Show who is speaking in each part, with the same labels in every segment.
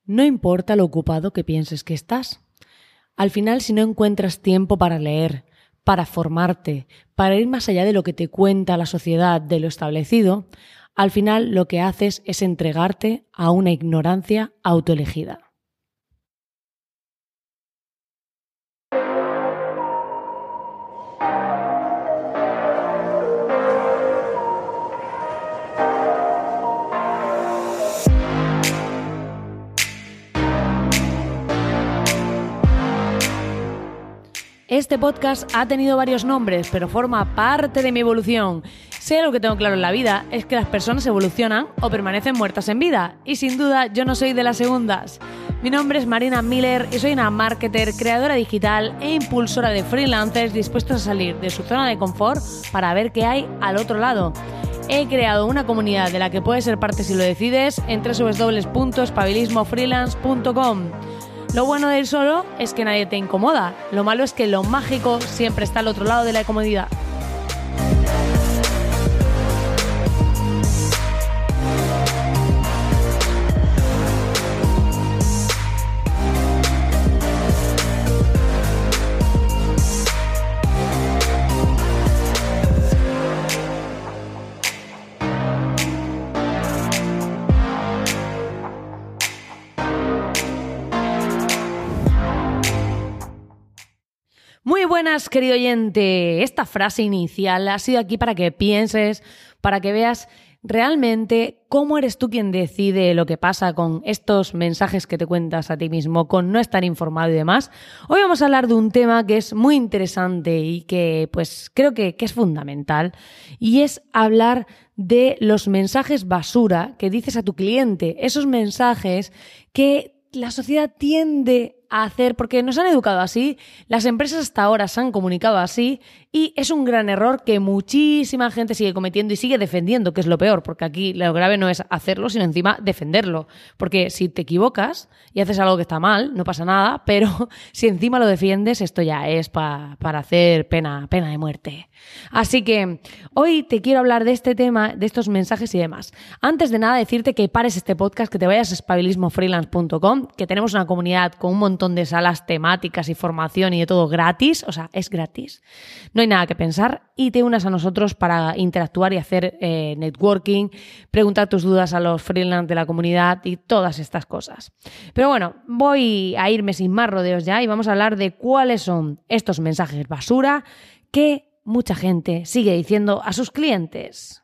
Speaker 1: No importa lo ocupado que pienses que estás. Al final, si no encuentras tiempo para leer, para formarte, para ir más allá de lo que te cuenta la sociedad de lo establecido, al final lo que haces es entregarte a una ignorancia autoelegida. Este podcast ha tenido varios nombres, pero forma parte de mi evolución. Sé lo que tengo claro en la vida, es que las personas evolucionan o permanecen muertas en vida, y sin duda yo no soy de las segundas. Mi nombre es Marina Miller y soy una marketer, creadora digital e impulsora de freelancers dispuestos a salir de su zona de confort para ver qué hay al otro lado. He creado una comunidad de la que puedes ser parte si lo decides en www.espabilismofreelance.com. Lo bueno de ir solo es que nadie te incomoda. Lo malo es que lo mágico siempre está al otro lado de la comodidad. Muy buenas, querido oyente. Esta frase inicial ha sido aquí para que pienses, para que veas realmente cómo eres tú quien decide lo que pasa con estos mensajes que te cuentas a ti mismo, con no estar informado y demás. Hoy vamos a hablar de un tema que es muy interesante y que pues creo que es fundamental, y es hablar de los mensajes basura que dices a tu cliente, esos mensajes que la sociedad tiende a hacer porque nos han educado así, las empresas hasta ahora se han comunicado así, y es un gran error que muchísima gente sigue cometiendo y sigue defendiendo, que es lo peor, porque aquí lo grave no es hacerlo, sino encima defenderlo, porque si te equivocas y haces algo que está mal, no pasa nada, pero si encima lo defiendes, esto ya es para hacer pena de muerte. Así que hoy te quiero hablar de este tema, de estos mensajes y demás. Antes de nada, decirte que pares este podcast, que te vayas a espabilismofreelance.com, que tenemos una comunidad con un montón de salas temáticas y formación y de todo gratis, o sea, es gratis. No hay nada que pensar, y te unas a nosotros para interactuar y hacer networking, preguntar tus dudas a los freelance de la comunidad y todas estas cosas. Pero bueno, voy a irme sin más rodeos ya y vamos a hablar de cuáles son estos mensajes basura que mucha gente sigue diciendo a sus clientes.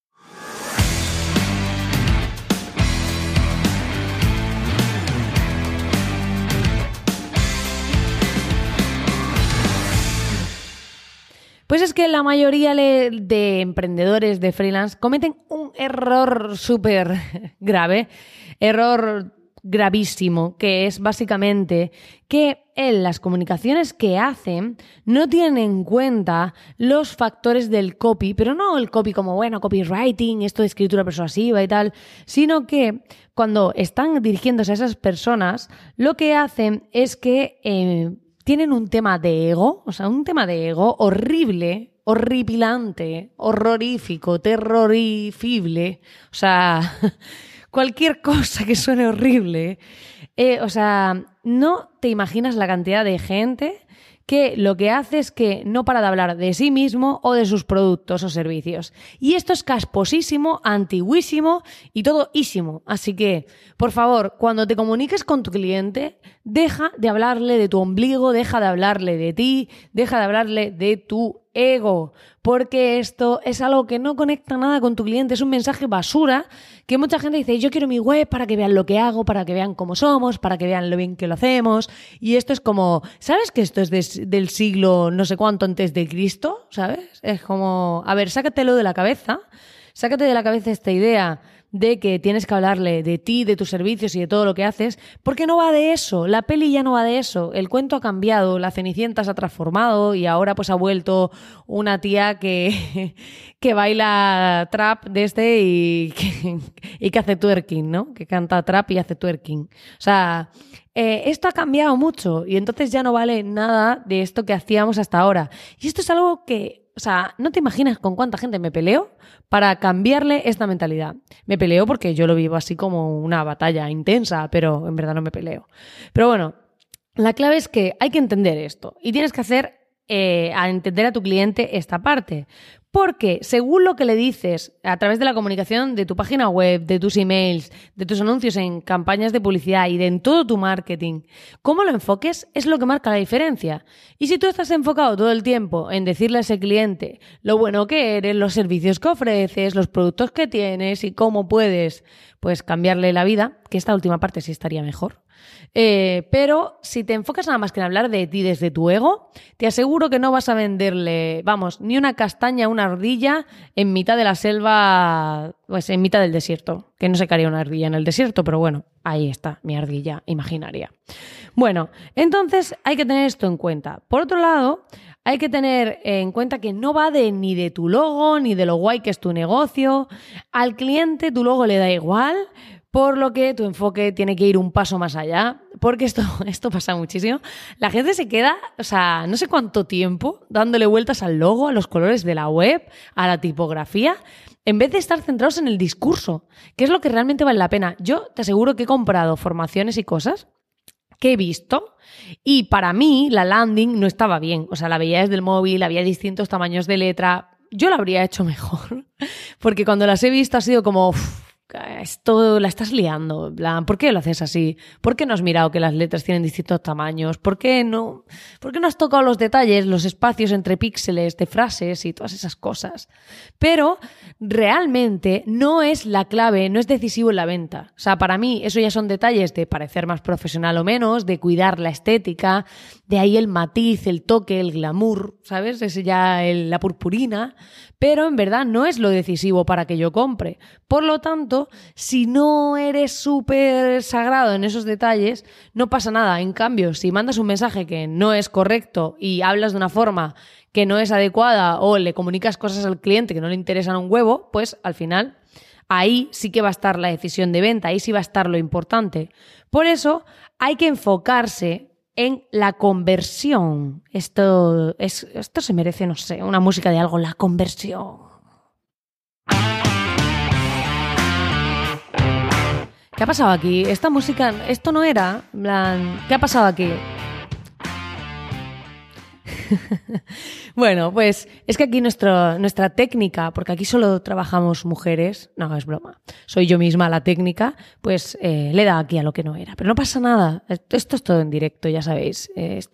Speaker 1: Pues es que la mayoría de emprendedores de freelance cometen un error súper grave, error gravísimo, que es básicamente que en las comunicaciones que hacen no tienen en cuenta los factores del copy, pero no el copy como, bueno, copywriting, esto de escritura persuasiva y tal, sino que cuando están dirigiéndose a esas personas, lo que hacen es que tienen un tema de ego, o sea, un tema de ego horrible, horripilante, horrorífico, terrorifible, o sea, cualquier cosa que suene horrible. O sea, no te imaginas la cantidad de gente que lo que hace es que no para de hablar de sí mismo o de sus productos o servicios. Y esto es casposísimo, antiguísimo y todoísimo. Así que, por favor, cuando te comuniques con tu cliente, deja de hablarle de tu ombligo, deja de hablarle de ti, deja de hablarle de tu ego, porque esto es algo que no conecta nada con tu cliente, es un mensaje basura que mucha gente dice, yo quiero mi web para que vean lo que hago, para que vean cómo somos, para que vean lo bien que lo hacemos, y esto es como, ¿sabes que esto es del siglo no sé cuánto antes de Cristo? ¿Sabes? Es como, a ver, sácate de la cabeza esta idea de que tienes que hablarle de ti, de tus servicios y de todo lo que haces, porque no va de eso, la peli ya no va de eso, el cuento ha cambiado, la Cenicienta se ha transformado y ahora pues ha vuelto una tía que baila trap de este y que hace twerking, ¿no? Que canta trap y hace twerking. O sea, esto ha cambiado mucho y entonces ya no vale nada de esto que hacíamos hasta ahora. Y esto es algo que O sea, no te imaginas con cuánta gente me peleo para cambiarle esta mentalidad. Me peleo porque yo lo vivo así como una batalla intensa, pero en verdad no me peleo. Pero bueno, la clave es que hay que entender esto y tienes que hacer a entender a tu cliente esta parte. Porque según lo que le dices a través de la comunicación de tu página web, de tus emails, de tus anuncios en campañas de publicidad y de en todo tu marketing, cómo lo enfoques es lo que marca la diferencia. Y si tú estás enfocado todo el tiempo en decirle a ese cliente lo bueno que eres, los servicios que ofreces, los productos que tienes y cómo puedes pues cambiarle la vida, que esta última parte sí estaría mejor. Pero si te enfocas nada más que en hablar de ti desde tu ego, te aseguro que no vas a venderle, vamos, ni una castaña, una ardilla en mitad de la selva, pues en mitad del desierto. Que no sé qué haría una ardilla en el desierto, pero bueno, ahí está mi ardilla imaginaria. Bueno, entonces hay que tener esto en cuenta. Por otro lado, hay que tener en cuenta que no va ni de tu logo, ni de lo guay que es tu negocio. Al cliente tu logo le da igual. Por lo que tu enfoque tiene que ir un paso más allá, porque esto pasa muchísimo. La gente se queda, o sea, no sé cuánto tiempo dándole vueltas al logo, a los colores de la web, a la tipografía, en vez de estar centrados en el discurso, que es lo que realmente vale la pena. Yo te aseguro que he comprado formaciones y cosas que he visto y para mí la landing no estaba bien. O sea, la veía desde el móvil, había distintos tamaños de letra. Yo lo habría hecho mejor, porque cuando las he visto ha sido como... esto la estás liando, en plan, ¿por qué lo haces así? ¿Por qué no has mirado que las letras tienen distintos tamaños? ¿Por qué no has tocado los detalles, los espacios entre píxeles de frases y todas esas cosas? Pero realmente no es la clave, no es decisivo en la venta. O sea, para mí eso ya son detalles de parecer más profesional o menos, de cuidar la estética, de ahí el matiz, el toque, el glamour, ¿sabes? Es ya la purpurina, pero en verdad no es lo decisivo para que yo compre. Por lo tanto, si no eres súper sagrado en esos detalles, no pasa nada. En cambio, si mandas un mensaje que no es correcto y hablas de una forma que no es adecuada o le comunicas cosas al cliente que no le interesan un huevo, pues al final ahí sí que va a estar la decisión de venta, ahí sí va a estar lo importante. Por eso hay que enfocarse en la conversión. Esto se merece, no sé, una música de algo, la conversión. ¿Qué ha pasado aquí? Esta música, esto no era, ¿qué ha pasado aquí? Bueno, pues es que aquí nuestra técnica, porque aquí solo trabajamos mujeres, no, es broma, soy yo misma la técnica, pues le da aquí a lo que no era. Pero no pasa nada, esto es todo en directo, ya sabéis,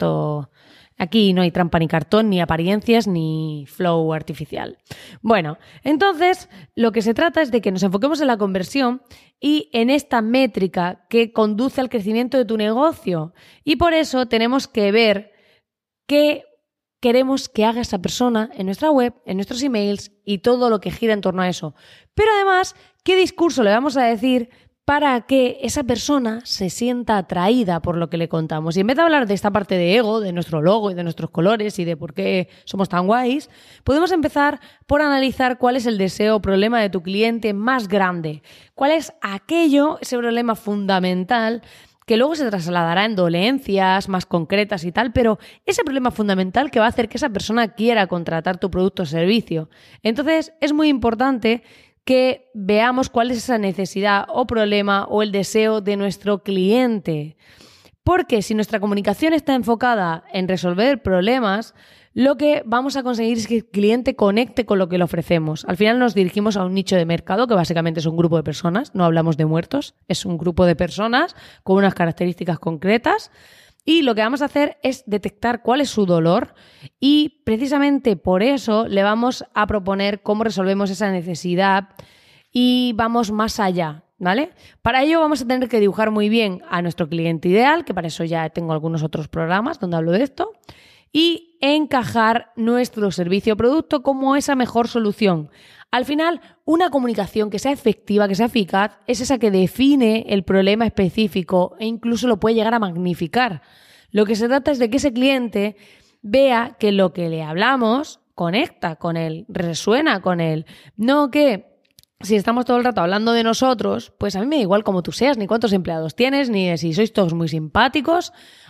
Speaker 1: aquí no hay trampa ni cartón, ni apariencias, ni flow artificial. Bueno, entonces lo que se trata es de que nos enfoquemos en la conversión y en esta métrica que conduce al crecimiento de tu negocio. Y por eso tenemos que ver qué queremos que haga esa persona en nuestra web, en nuestros emails y todo lo que gira en torno a eso. Pero además, ¿qué discurso le vamos a decir para que esa persona se sienta atraída por lo que le contamos? Y en vez de hablar de esta parte de ego, de nuestro logo y de nuestros colores y de por qué somos tan guays, podemos empezar por analizar cuál es el deseo o problema de tu cliente más grande. ¿Cuál es ese problema fundamental que luego se trasladará en dolencias más concretas y tal, pero ese problema fundamental que va a hacer que esa persona quiera contratar tu producto o servicio? Entonces, es muy importante que veamos cuál es esa necesidad o problema o el deseo de nuestro cliente. Porque si nuestra comunicación está enfocada en resolver problemas, lo que vamos a conseguir es que el cliente conecte con lo que le ofrecemos. Al final nos dirigimos a un nicho de mercado que básicamente es un grupo de personas, no hablamos de muertos, es un grupo de personas con unas características concretas y lo que vamos a hacer es detectar cuál es su dolor y precisamente por eso le vamos a proponer cómo resolvemos esa necesidad y vamos más allá, ¿vale? Para ello vamos a tener que dibujar muy bien a nuestro cliente ideal, que para eso ya tengo algunos otros programas donde hablo de esto, y encajar nuestro servicio o producto como esa mejor solución. Al final, una comunicación que sea efectiva, que sea eficaz, es esa que define el problema específico e incluso lo puede llegar a magnificar. Lo que se trata es de que ese cliente vea que lo que le hablamos conecta con él, resuena con él. No que si estamos todo el rato hablando de nosotros, pues a mí me da igual cómo tú seas, ni cuántos empleados tienes, ni si sois todos muy simpáticos.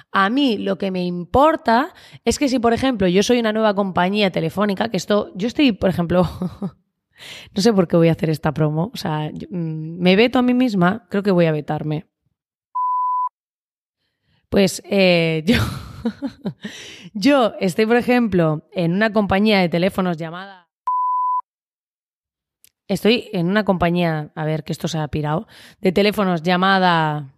Speaker 1: A mí lo que me importa es que si, por ejemplo, yo soy una nueva compañía telefónica, yo estoy, por ejemplo, no sé por qué voy a hacer esta promo, o sea, me veto a mí misma, creo que voy a vetarme. Pues yo estoy, por ejemplo, en una compañía de teléfonos llamada... Estoy en una compañía, a ver que esto se ha pirado, de teléfonos llamada...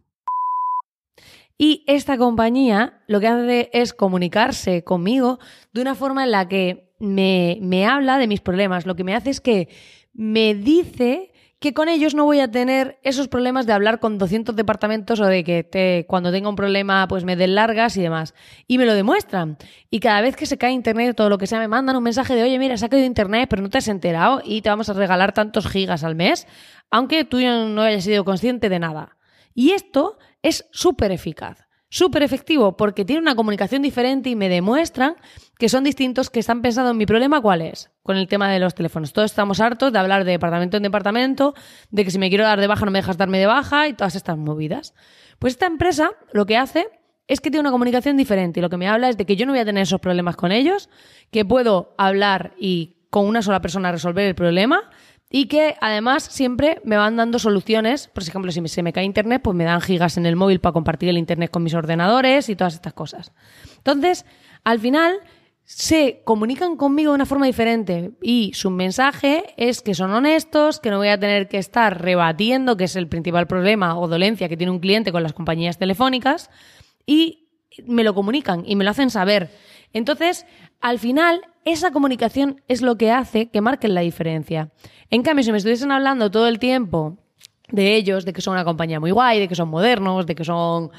Speaker 1: Y esta compañía lo que hace es comunicarse conmigo de una forma en la que me habla de mis problemas. Lo que me hace es que me dice que con ellos no voy a tener esos problemas de hablar con 200 departamentos o de que cuando tenga un problema pues me den largas y demás. Y me lo demuestran. Y cada vez que se cae internet o todo lo que sea, me mandan un mensaje de oye, mira, se ha caído internet, pero no te has enterado y te vamos a regalar tantos gigas al mes, aunque tú no hayas sido consciente de nada. Y esto es súper eficaz, súper efectivo, porque tiene una comunicación diferente y me demuestran que son distintos, que están pensando en mi problema, ¿cuál es? Con el tema de los teléfonos. Todos estamos hartos de hablar de departamento en departamento, de que si me quiero dar de baja no me dejas darme de baja y todas estas movidas. Pues esta empresa lo que hace es que tiene una comunicación diferente y lo que me habla es de que yo no voy a tener esos problemas con ellos, que puedo hablar y con una sola persona resolver el problema. Y que además siempre me van dando soluciones. Por ejemplo, si se me cae internet, pues me dan gigas en el móvil para compartir el internet con mis ordenadores y todas estas cosas. Entonces, al final, se comunican conmigo de una forma diferente y su mensaje es que son honestos, que no voy a tener que estar rebatiendo, que es el principal problema o dolencia que tiene un cliente con las compañías telefónicas, y me lo comunican y me lo hacen saber. Entonces, al final, esa comunicación es lo que hace que marquen la diferencia. En cambio, si me estuviesen hablando todo el tiempo de ellos, de que son una compañía muy guay, de que son modernos, de que son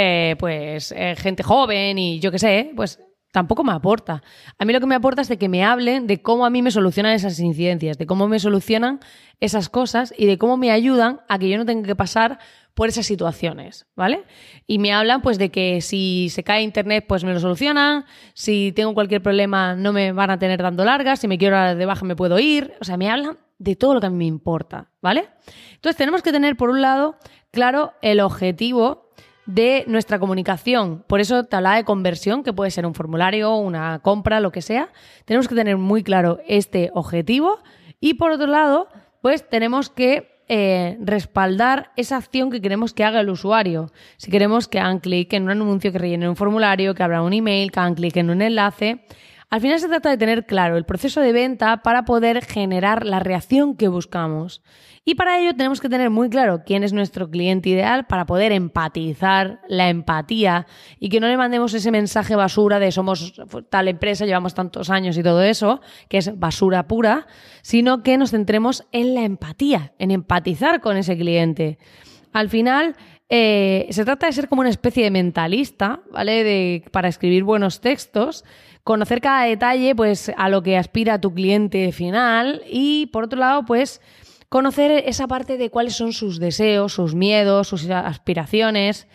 Speaker 1: gente joven y yo qué sé, pues tampoco me aporta. A mí lo que me aporta es de que me hablen de cómo a mí me solucionan esas incidencias, de cómo me solucionan esas cosas y de cómo me ayudan a que yo no tenga que pasar por esas situaciones, ¿vale? Y me hablan pues de que si se cae internet pues me lo solucionan, si tengo cualquier problema no me van a tener dando largas, si me quiero dar de baja me puedo ir, o sea, me hablan de todo lo que a mí me importa, ¿vale? Entonces tenemos que tener por un lado claro el objetivo de nuestra comunicación. Por eso te hablaba de conversión, que puede ser un formulario, una compra, lo que sea. Tenemos que tener muy claro este objetivo y por otro lado, pues tenemos que respaldar esa acción que queremos que haga el usuario. Si queremos que hagan clic en un anuncio, que rellenen un formulario, que abran un email, que hagan clic en un enlace. Al final se trata de tener claro el proceso de venta para poder generar la reacción que buscamos. Y para ello tenemos que tener muy claro quién es nuestro cliente ideal para poder empatizar, la empatía, y que no le mandemos ese mensaje basura de somos tal empresa, llevamos tantos años y todo eso, que es basura pura, sino que nos centremos en la empatía, en empatizar con ese cliente. Al final se trata de ser como una especie de mentalista, ¿vale? Para escribir buenos textos, conocer cada detalle pues a lo que aspira tu cliente final y por otro lado pues conocer esa parte de cuáles son sus deseos, sus miedos, sus aspiraciones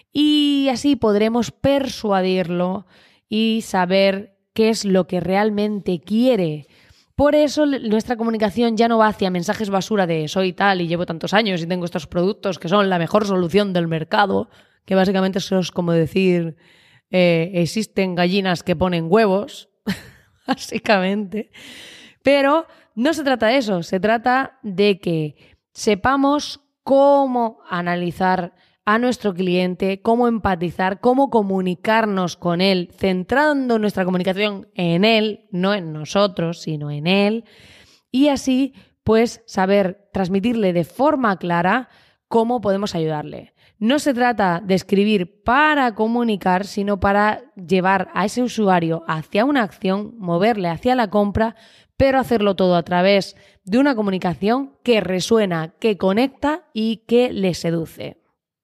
Speaker 1: y así podremos persuadirlo y saber qué es lo que realmente quiere. Por eso nuestra comunicación ya no va hacia mensajes basura de soy tal y llevo tantos años y tengo estos productos que son la mejor solución del mercado, que básicamente eso es como decir existen gallinas que ponen huevos, básicamente. Pero no se trata de eso, se trata de que sepamos cómo analizar a nuestro cliente, cómo empatizar, cómo comunicarnos con él, centrando nuestra comunicación en él, no en nosotros, sino en él, y así pues saber transmitirle de forma clara cómo podemos ayudarle. No se trata de escribir para comunicar, sino para llevar a ese usuario hacia una acción, moverle hacia la compra, pero hacerlo todo a través de una comunicación que resuena, que conecta y que le seduce.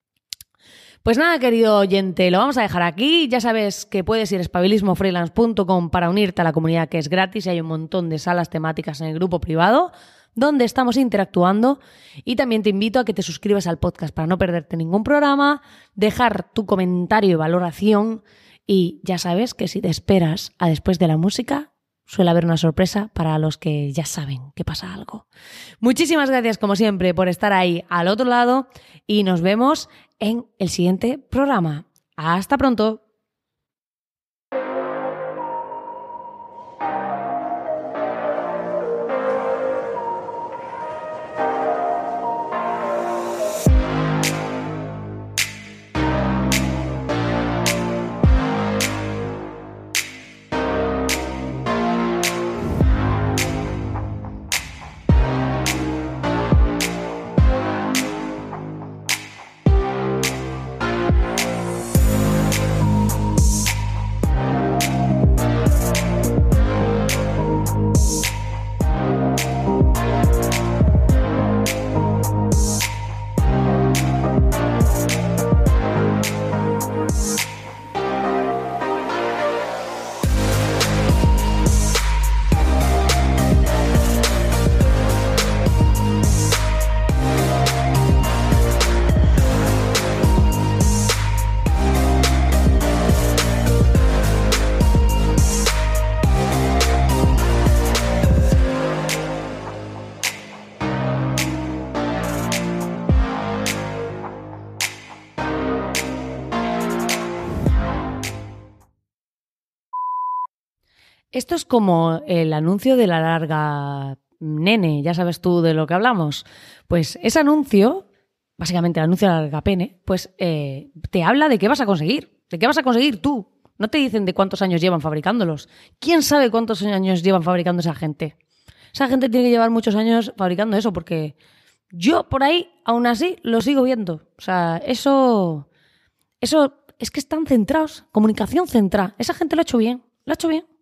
Speaker 1: Pues nada, querido oyente, lo vamos a dejar aquí. Ya sabes que puedes ir a espabilismofreelance.com para unirte a la comunidad, que es gratis y hay un montón de salas temáticas en el grupo privado donde estamos interactuando, y también te invito a que te suscribas al podcast para no perderte ningún programa, dejar tu comentario y valoración, y ya sabes que si te esperas a después de la música suele haber una sorpresa para los que ya saben que pasa algo. Muchísimas gracias como siempre por estar ahí al otro lado y nos vemos en el siguiente programa. ¡Hasta pronto! Esto es como el anuncio de la larga nene, ya sabes tú de lo que hablamos. Pues ese anuncio, básicamente el anuncio de la larga pene, pues te habla de qué vas a conseguir. ¿De qué vas a conseguir tú? No te dicen de cuántos años llevan fabricándolos. ¿Quién sabe cuántos años llevan fabricando esa gente? Esa gente tiene que llevar muchos años fabricando eso porque yo por ahí, aún así, lo sigo viendo. O sea, eso es que están centrados. Comunicación centrada. Esa gente lo ha hecho bien. Lo ha hecho bien.